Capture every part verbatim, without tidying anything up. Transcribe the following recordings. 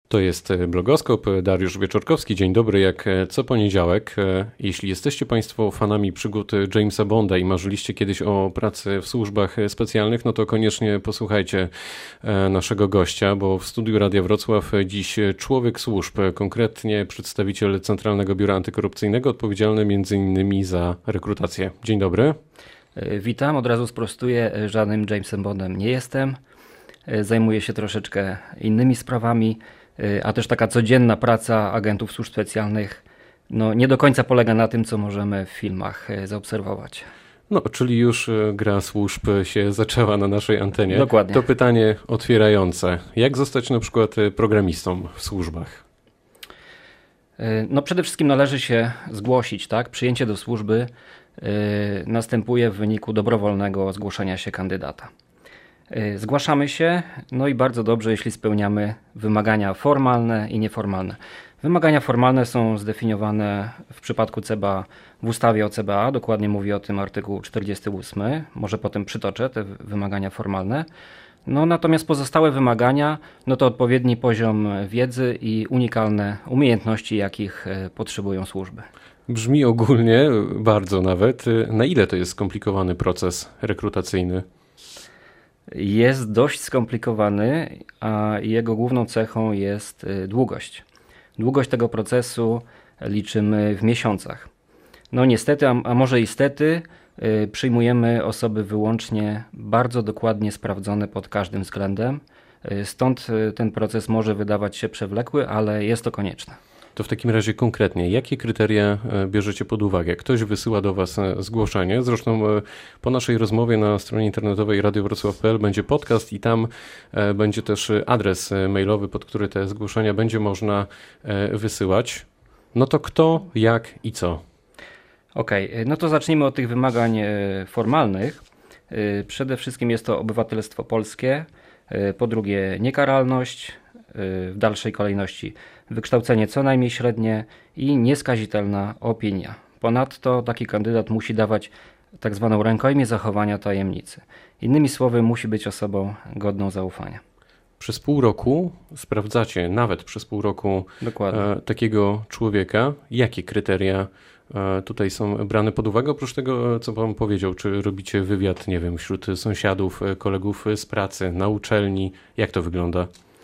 To jest Blogoskop, Dariusz Wieczorkowski. Dzień dobry, jak co poniedziałek. Jeśli jesteście Państwo fanami przygód Jamesa Bonda i marzyliście kiedyś o pracy w służbach specjalnych, no to koniecznie posłuchajcie naszego gościa, bo w studiu Radia Wrocław dziś człowiek służb, konkretnie przedstawiciel Centralnego Biura Antykorupcyjnego, odpowiedzialny między innymi za rekrutację. Dzień dobry. Witam, od razu sprostuję, żadnym Jamesem Bondem nie jestem. Zajmuję się troszeczkę innymi sprawami, a też taka codzienna praca agentów służb specjalnych no, nie do końca polega na tym, co możemy w filmach zaobserwować. No, czyli już gra służb się zaczęła na naszej antenie. Dokładnie. To pytanie otwierające. Jak zostać na przykład programistą w służbach? No przede wszystkim należy się zgłosić, tak? Przyjęcie do służby yy, następuje w wyniku dobrowolnego zgłoszenia się kandydata. Zgłaszamy się, no i bardzo dobrze, jeśli spełniamy wymagania formalne i nieformalne. Wymagania formalne są zdefiniowane w przypadku C B A w ustawie o C B A, dokładnie mówi o tym artykuł czterdziesty ósmy, może potem przytoczę te wymagania formalne. No, natomiast pozostałe wymagania, no to odpowiedni poziom wiedzy i unikalne umiejętności, jakich potrzebują służby. Brzmi ogólnie, bardzo nawet. Na ile to jest skomplikowany proces rekrutacyjny? Jest dość skomplikowany, a jego główną cechą jest długość. Długość tego procesu liczymy w miesiącach. No niestety, a, a może i stety, yy, przyjmujemy osoby wyłącznie bardzo dokładnie sprawdzone pod każdym względem. Yy, stąd yy, ten proces może wydawać się przewlekły, ale jest to konieczne. To w takim razie konkretnie, jakie kryteria bierzecie pod uwagę? Ktoś wysyła do Was zgłoszenie, zresztą po naszej rozmowie na stronie internetowej radio wrocław kropka p l będzie podcast i tam będzie też adres mailowy, pod który te zgłoszenia będzie można wysyłać. No to kto, jak i co? Okej, okay, no to zacznijmy od tych wymagań formalnych. Przede wszystkim jest to obywatelstwo polskie, po drugie niekaralność, w dalszej kolejności wykształcenie co najmniej średnie i nieskazitelna opinia. Ponadto taki kandydat musi dawać tak zwaną rękojmię zachowania tajemnicy. Innymi słowy, musi być osobą godną zaufania. Przez pół roku sprawdzacie, nawet przez pół roku e, takiego człowieka. Jakie kryteria e, tutaj są brane pod uwagę? Oprócz tego, co Pan powiedział, czy robicie wywiad, nie wiem, wśród sąsiadów, kolegów z pracy, na uczelni? Jak to wygląda?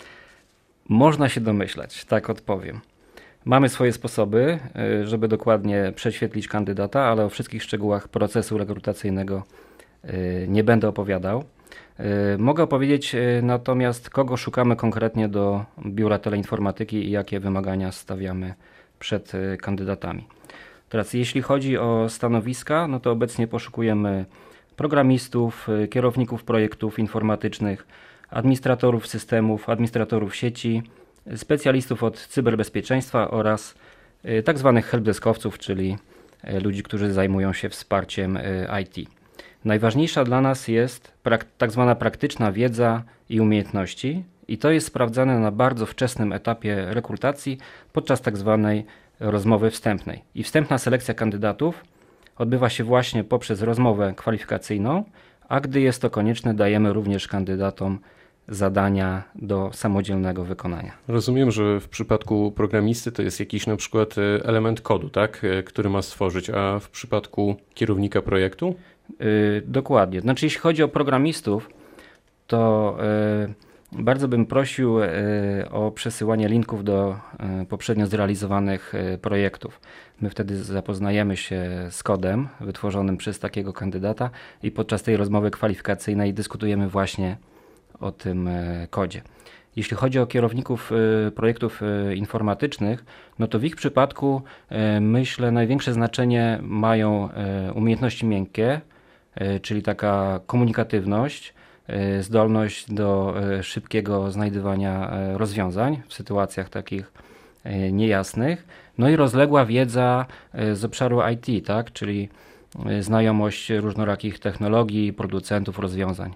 Można się domyślać, tak odpowiem. Mamy swoje sposoby, żeby dokładnie prześwietlić kandydata, ale o wszystkich szczegółach procesu rekrutacyjnego nie będę opowiadał. Mogę opowiedzieć natomiast, kogo szukamy konkretnie do Biura Teleinformatyki i jakie wymagania stawiamy przed kandydatami. Teraz jeśli chodzi o stanowiska, no to obecnie poszukujemy programistów, kierowników projektów informatycznych, administratorów systemów, administratorów sieci, specjalistów od cyberbezpieczeństwa oraz tak zwanych helpdeskowców, czyli ludzi, którzy zajmują się wsparciem I T. Najważniejsza dla nas jest prak- tak zwana praktyczna wiedza i umiejętności i to jest sprawdzane na bardzo wczesnym etapie rekrutacji podczas tak zwanej rozmowy wstępnej. I wstępna selekcja kandydatów odbywa się właśnie poprzez rozmowę kwalifikacyjną, a gdy jest to konieczne, dajemy również kandydatom zadania do samodzielnego wykonania. Rozumiem, że w przypadku programisty to jest jakiś na przykład element kodu, tak, który ma stworzyć, a w przypadku kierownika projektu? Yy, dokładnie. Znaczy, jeśli chodzi o programistów, to yy, bardzo bym prosił yy, o przesyłanie linków do yy, poprzednio zrealizowanych yy, projektów. My wtedy zapoznajemy się z kodem wytworzonym przez takiego kandydata i podczas tej rozmowy kwalifikacyjnej dyskutujemy właśnie o tym kodzie. Jeśli chodzi o kierowników projektów informatycznych, no to w ich przypadku myślę największe znaczenie mają umiejętności miękkie, czyli taka komunikatywność, zdolność do szybkiego znajdywania rozwiązań w sytuacjach takich niejasnych, no i rozległa wiedza z obszaru I T, tak, czyli znajomość różnorakich technologii, producentów rozwiązań.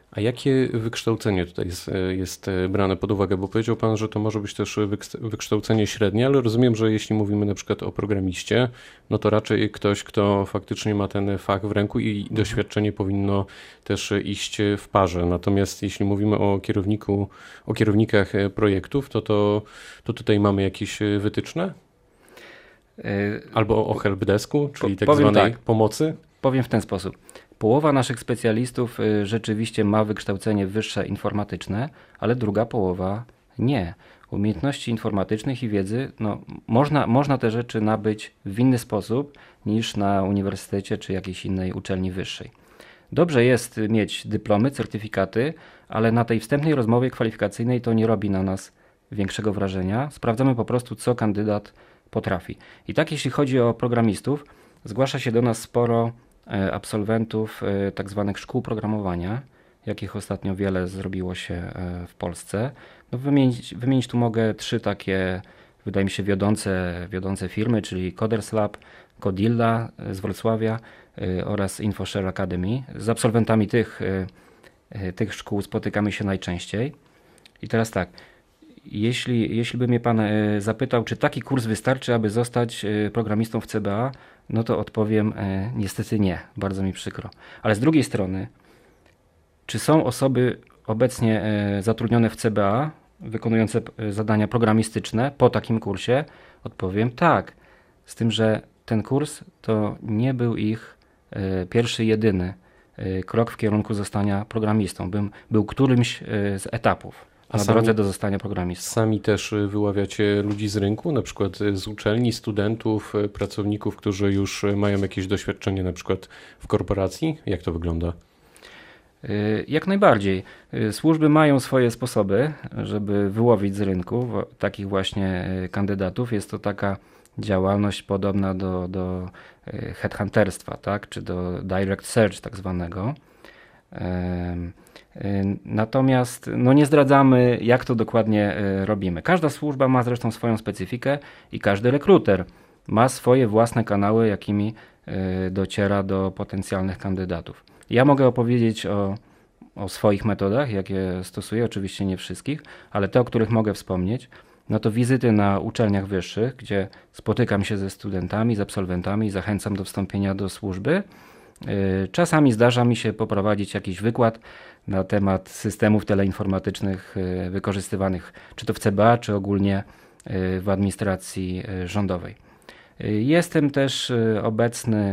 A jakie wykształcenie tutaj jest, jest brane pod uwagę? Bo powiedział Pan, że to może być też wykształcenie średnie, ale rozumiem, że jeśli mówimy na przykład o programiście, no to raczej ktoś, kto faktycznie ma ten fach w ręku i mhm. doświadczenie powinno też iść w parze. Natomiast jeśli mówimy o kierowniku, o kierownikach projektów, to, to, to tutaj mamy jakieś wytyczne? Albo o helpdesku, czyli tak zwanej tak. pomocy? Powiem w ten sposób. Połowa naszych specjalistów rzeczywiście ma wykształcenie wyższe informatyczne, ale druga połowa nie. Umiejętności informatycznych i wiedzy, no, można, można te rzeczy nabyć w inny sposób niż na uniwersytecie czy jakiejś innej uczelni wyższej. Dobrze jest mieć dyplomy, certyfikaty, ale na tej wstępnej rozmowie kwalifikacyjnej to nie robi na nas większego wrażenia. Sprawdzamy po prostu, co kandydat potrafi. I tak jeśli chodzi o programistów, zgłasza się do nas sporo absolwentów tak zwanych szkół programowania, jakich ostatnio wiele zrobiło się w Polsce. No wymienić, wymienić tu mogę trzy takie, wydaje mi się, wiodące, wiodące firmy, czyli Coders Lab, Codilla z Wrocławia oraz InfoShare Academy. Z absolwentami tych, tych szkół spotykamy się najczęściej. I teraz tak, jeśli, jeśli by mnie Pan zapytał, czy taki kurs wystarczy, aby zostać programistą w C B A, no to odpowiem e, niestety nie, bardzo mi przykro. Ale z drugiej strony, czy są osoby obecnie e, zatrudnione w C B A, wykonujące e, zadania programistyczne po takim kursie? Odpowiem tak, z tym, że ten kurs to nie był ich e, pierwszy, jedyny e, krok w kierunku zostania programistą. Bym, był którymś e, z etapów na sami, drodze do zostania programistą. Sami też wyławiacie ludzi z rynku, na przykład z uczelni, studentów, pracowników, którzy już mają jakieś doświadczenie na przykład w korporacji? Jak to wygląda? Jak najbardziej. Służby mają swoje sposoby, żeby wyłowić z rynku takich właśnie kandydatów. Jest to taka działalność podobna do, do headhunterstwa, tak? Czy do direct search tak zwanego. Natomiast no nie zdradzamy, jak to dokładnie robimy. Każda służba ma zresztą swoją specyfikę i każdy rekruter ma swoje własne kanały, jakimi dociera do potencjalnych kandydatów. Ja mogę opowiedzieć o, o swoich metodach, jakie stosuję, oczywiście nie wszystkich, ale te, o których mogę wspomnieć, no to wizyty na uczelniach wyższych, gdzie spotykam się ze studentami, z absolwentami, zachęcam do wstąpienia do służby. Czasami zdarza mi się poprowadzić jakiś wykład na temat systemów teleinformatycznych wykorzystywanych czy to w C B A, czy ogólnie w administracji rządowej. Jestem też obecny,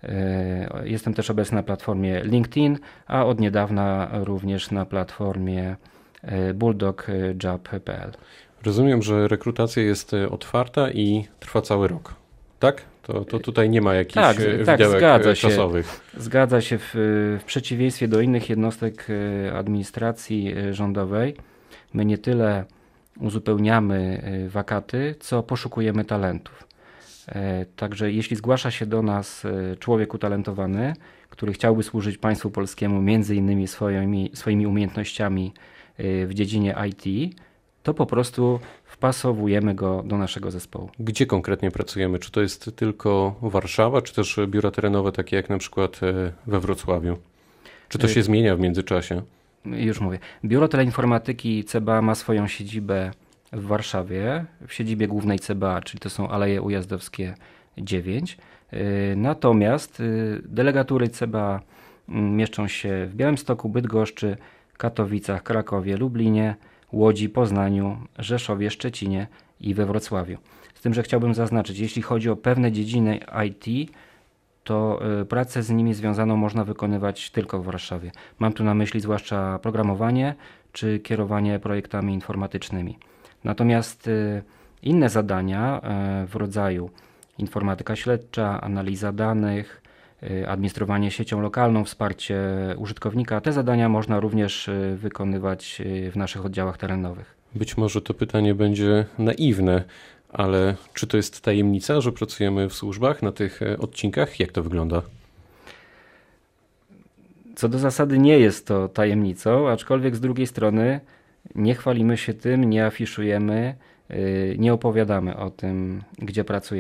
jestem też obecny na platformie LinkedIn, a od niedawna również na platformie bulldog job kropka p l. Rozumiem, że rekrutacja jest otwarta i trwa cały rok, tak? To, to tutaj nie ma jakichś tak, tak, zgadza czasowych. Się, zgadza się. W, w przeciwieństwie do innych jednostek administracji rządowej, my nie tyle uzupełniamy wakaty, co poszukujemy talentów. Także jeśli zgłasza się do nas człowiek utalentowany, który chciałby służyć państwu polskiemu między innymi swoimi, swoimi umiejętnościami w dziedzinie I T, to po prostu wpasowujemy go do naszego zespołu. Gdzie konkretnie pracujemy? Czy to jest tylko Warszawa, czy też biura terenowe takie jak na przykład we Wrocławiu? Czy to się zmienia w międzyczasie? Już mówię. Biuro Teleinformatyki C B A ma swoją siedzibę w Warszawie, w siedzibie głównej C B A, czyli to są Aleje Ujazdowskie dziewięć. Natomiast delegatury C B A mieszczą się w Białymstoku, Bydgoszczy, Katowicach, Krakowie, Lublinie, Łodzi, Poznaniu, Rzeszowie, Szczecinie i we Wrocławiu. Z tym, że chciałbym zaznaczyć, jeśli chodzi o pewne dziedziny I T, to pracę z nimi związaną można wykonywać tylko w Warszawie. Mam tu na myśli zwłaszcza programowanie czy kierowanie projektami informatycznymi. Natomiast inne zadania w rodzaju informatyka śledcza, analiza danych, administrowanie siecią lokalną, wsparcie użytkownika, te zadania można również wykonywać w naszych oddziałach terenowych. Być może to pytanie będzie naiwne, ale czy to jest tajemnica, że pracujemy w służbach na tych odcinkach? Jak to wygląda? Co do zasady nie jest to tajemnicą, aczkolwiek z drugiej strony nie chwalimy się tym, nie afiszujemy, nie opowiadamy o tym, gdzie pracujemy.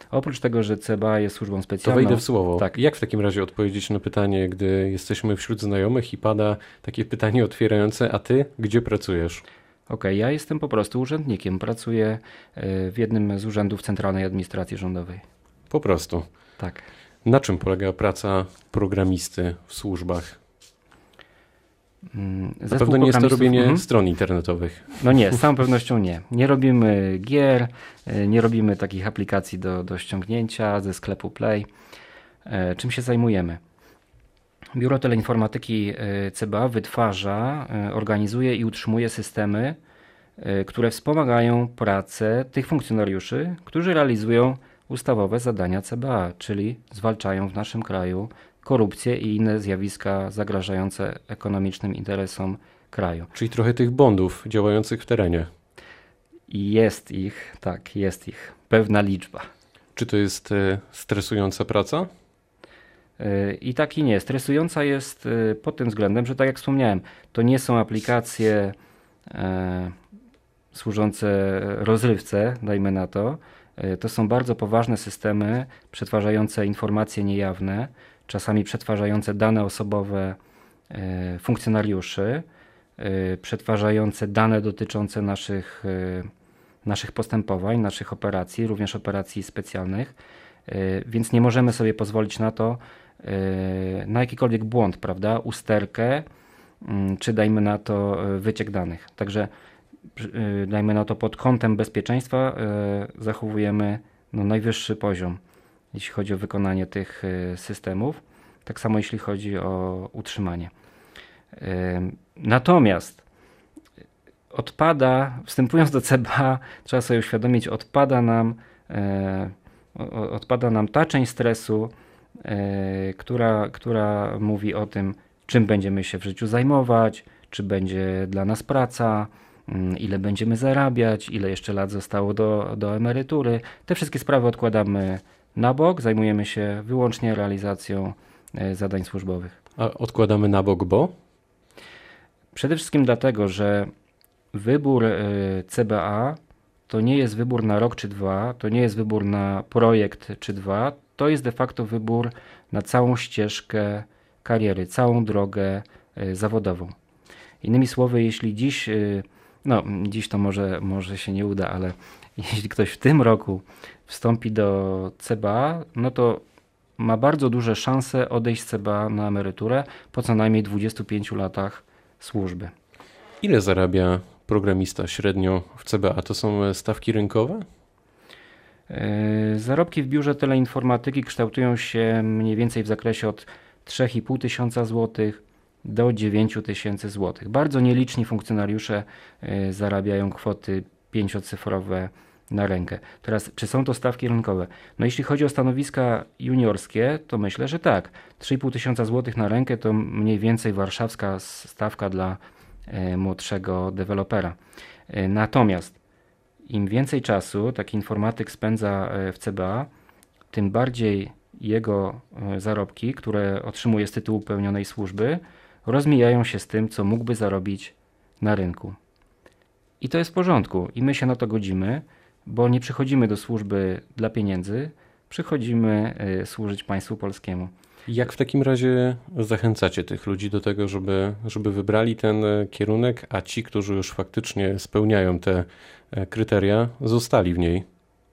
Oprócz tego, że C B A jest służbą specjalną... To wejdę w słowo. Tak. Jak w takim razie odpowiedzieć na pytanie, gdy jesteśmy wśród znajomych i pada takie pytanie otwierające, a ty gdzie pracujesz? Okej, okay, ja jestem po prostu urzędnikiem. Pracuję w jednym z urzędów Centralnej Administracji Rządowej. Po prostu? Tak. Na czym polega praca programisty w służbach? Zespół Na pewno nie jest to robienie mhm. stron internetowych. No nie, z całą pewnością nie. Nie robimy gier, nie robimy takich aplikacji do, do ściągnięcia ze sklepu Play. Czym się zajmujemy? Biuro Teleinformatyki C B A wytwarza, organizuje i utrzymuje systemy, które wspomagają pracę tych funkcjonariuszy, którzy realizują ustawowe zadania C B A, czyli zwalczają w naszym kraju korupcję i inne zjawiska zagrażające ekonomicznym interesom kraju. Czyli trochę tych bondów działających w terenie. Jest ich, tak, jest ich. Pewna liczba. Czy to jest stresująca praca? I tak i nie. Stresująca jest pod tym względem, że tak jak wspomniałem, to nie są aplikacje e, służące rozrywce, dajmy na to. To są bardzo poważne systemy przetwarzające informacje niejawne, czasami przetwarzające dane osobowe e, funkcjonariuszy, e, przetwarzające dane dotyczące naszych, e, naszych postępowań, naszych operacji, również operacji specjalnych, e, więc nie możemy sobie pozwolić na to, e, na jakikolwiek błąd, prawda, usterkę, m, czy dajmy na to e, wyciek danych. Także e, dajmy na to pod kątem bezpieczeństwa e, zachowujemy no, najwyższy poziom, jeśli chodzi o wykonanie tych systemów, tak samo jeśli chodzi o utrzymanie. Natomiast odpada, wstępując do C B A, trzeba sobie uświadomić, odpada nam, odpada nam ta część stresu, która, która mówi o tym, czym będziemy się w życiu zajmować, czy będzie dla nas praca, ile będziemy zarabiać, ile jeszcze lat zostało do, do emerytury. Te wszystkie sprawy odkładamy na bok, zajmujemy się wyłącznie realizacją e, zadań służbowych. A odkładamy na bok, bo? Przede wszystkim dlatego, że wybór e, C B A to nie jest wybór na rok czy dwa, to nie jest wybór na projekt czy dwa, to jest de facto wybór na całą ścieżkę kariery, całą drogę e, zawodową. Innymi słowy, jeśli dziś, e, no dziś to może, może się nie uda, ale jeśli ktoś w tym roku wstąpi do C B A, no to ma bardzo duże szanse odejść z C B A na emeryturę po co najmniej dwudziestu pięciu latach służby. Ile zarabia programista średnio w C B A? To są stawki rynkowe? Yy, zarobki w biurze teleinformatyki kształtują się mniej więcej w zakresie od trzy i pół tysiąca złotych do dziewięciu tysięcy złotych. Bardzo nieliczni funkcjonariusze yy, zarabiają kwoty pięciocyfrowe na rękę. Teraz, czy są to stawki rynkowe? No jeśli chodzi o stanowiska juniorskie, to myślę, że tak. trzy i pół tysiąca złotych na rękę to mniej więcej warszawska stawka dla e, młodszego dewelopera. E, natomiast im więcej czasu taki informatyk spędza w C B A, tym bardziej jego e, zarobki, które otrzymuje z tytułu pełnionej służby, rozmijają się z tym, co mógłby zarobić na rynku. I to jest w porządku i my się na to godzimy, bo nie przychodzimy do służby dla pieniędzy, przychodzimy y, służyć państwu polskiemu. Jak w takim razie zachęcacie tych ludzi do tego, żeby, żeby wybrali ten kierunek, a ci, którzy już faktycznie spełniają te kryteria, zostali w niej?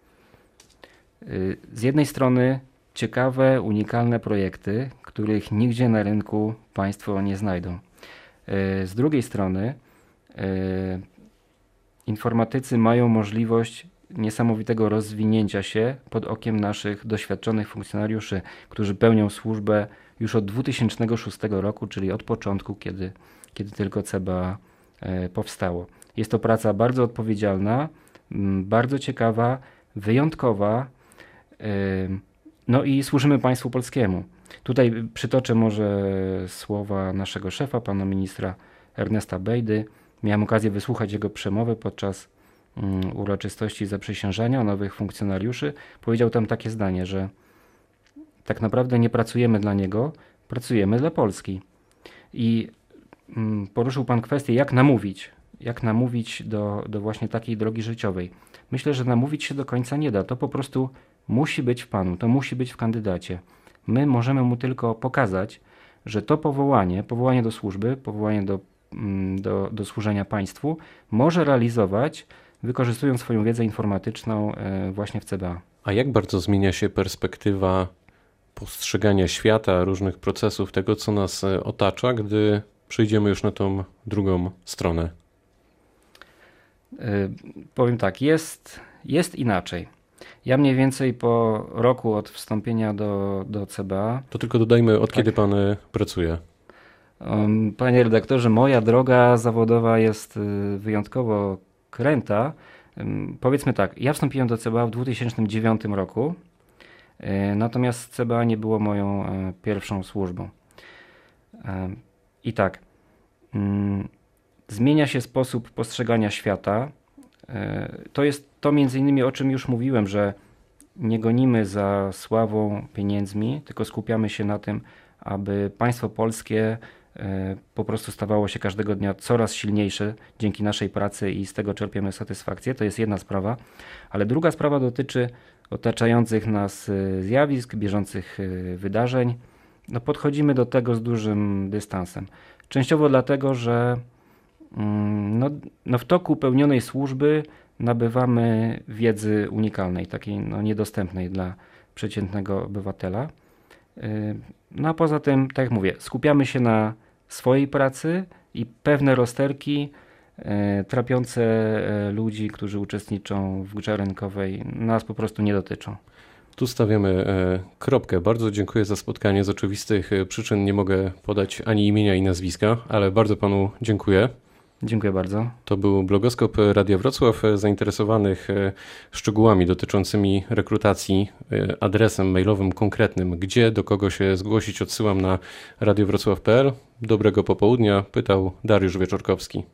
Y, z jednej strony ciekawe, unikalne projekty, których nigdzie na rynku państwo nie znajdą. Y, z drugiej strony y, informatycy mają możliwość niesamowitego rozwinięcia się pod okiem naszych doświadczonych funkcjonariuszy, którzy pełnią służbę już od dwutysięcznego szóstego roku, czyli od początku, kiedy, kiedy tylko C B A e, powstało. Jest to praca bardzo odpowiedzialna, m, bardzo ciekawa, wyjątkowa, e, no i służymy państwu polskiemu. Tutaj przytoczę może słowa naszego szefa, pana ministra Ernesta Bejdy. Miałem okazję wysłuchać jego przemowy podczas um, uroczystości zaprzysiężania nowych funkcjonariuszy. Powiedział tam takie zdanie, że tak naprawdę nie pracujemy dla niego, pracujemy dla Polski. I um, poruszył pan kwestię, jak namówić jak namówić do, do właśnie takiej drogi życiowej. Myślę, że namówić się do końca nie da. To po prostu musi być w Panu, to musi być w kandydacie. My możemy mu tylko pokazać, że to powołanie, powołanie do służby, powołanie do, do, do służenia państwu może realizować, wykorzystując swoją wiedzę informatyczną właśnie w C B A. A jak bardzo zmienia się perspektywa postrzegania świata, różnych procesów, tego co nas otacza, gdy przejdziemy już na tą drugą stronę? Yy, powiem tak, jest, jest inaczej. Ja mniej więcej po roku od wstąpienia do, do C B A... To tylko dodajmy, od tak. kiedy pan pracuje? Um, panie redaktorze, moja droga zawodowa jest wyjątkowo kręta. Um, powiedzmy tak, ja wstąpiłem do C B A w dwa tysiące dziewiątym roku, yy, natomiast C B A nie było moją yy, pierwszą służbą. Yy, I tak, yy, zmienia się sposób postrzegania świata. To jest to między innymi, o czym już mówiłem, że nie gonimy za sławą, pieniędzmi, tylko skupiamy się na tym, aby państwo polskie po prostu stawało się każdego dnia coraz silniejsze dzięki naszej pracy i z tego czerpiemy satysfakcję. To jest jedna sprawa, ale druga sprawa dotyczy otaczających nas zjawisk, bieżących wydarzeń. No, podchodzimy do tego z dużym dystansem. Częściowo dlatego, że No, no w toku pełnionej służby nabywamy wiedzy unikalnej, takiej no niedostępnej dla przeciętnego obywatela. No a poza tym, tak jak mówię, skupiamy się na swojej pracy i pewne rozterki trapiące ludzi, którzy uczestniczą w grze rynkowej, nas po prostu nie dotyczą. Tu stawiamy kropkę. Bardzo dziękuję za spotkanie. Z oczywistych przyczyn nie mogę podać ani imienia i nazwiska, ale bardzo panu dziękuję. Dziękuję bardzo. To był blogoskop Radia Wrocław. Zainteresowanych szczegółami dotyczącymi rekrutacji, adresem mailowym konkretnym, gdzie, do kogo się zgłosić, odsyłam na radiowrocław kropka p l. Dobrego popołudnia, pytał Dariusz Wieczorkowski.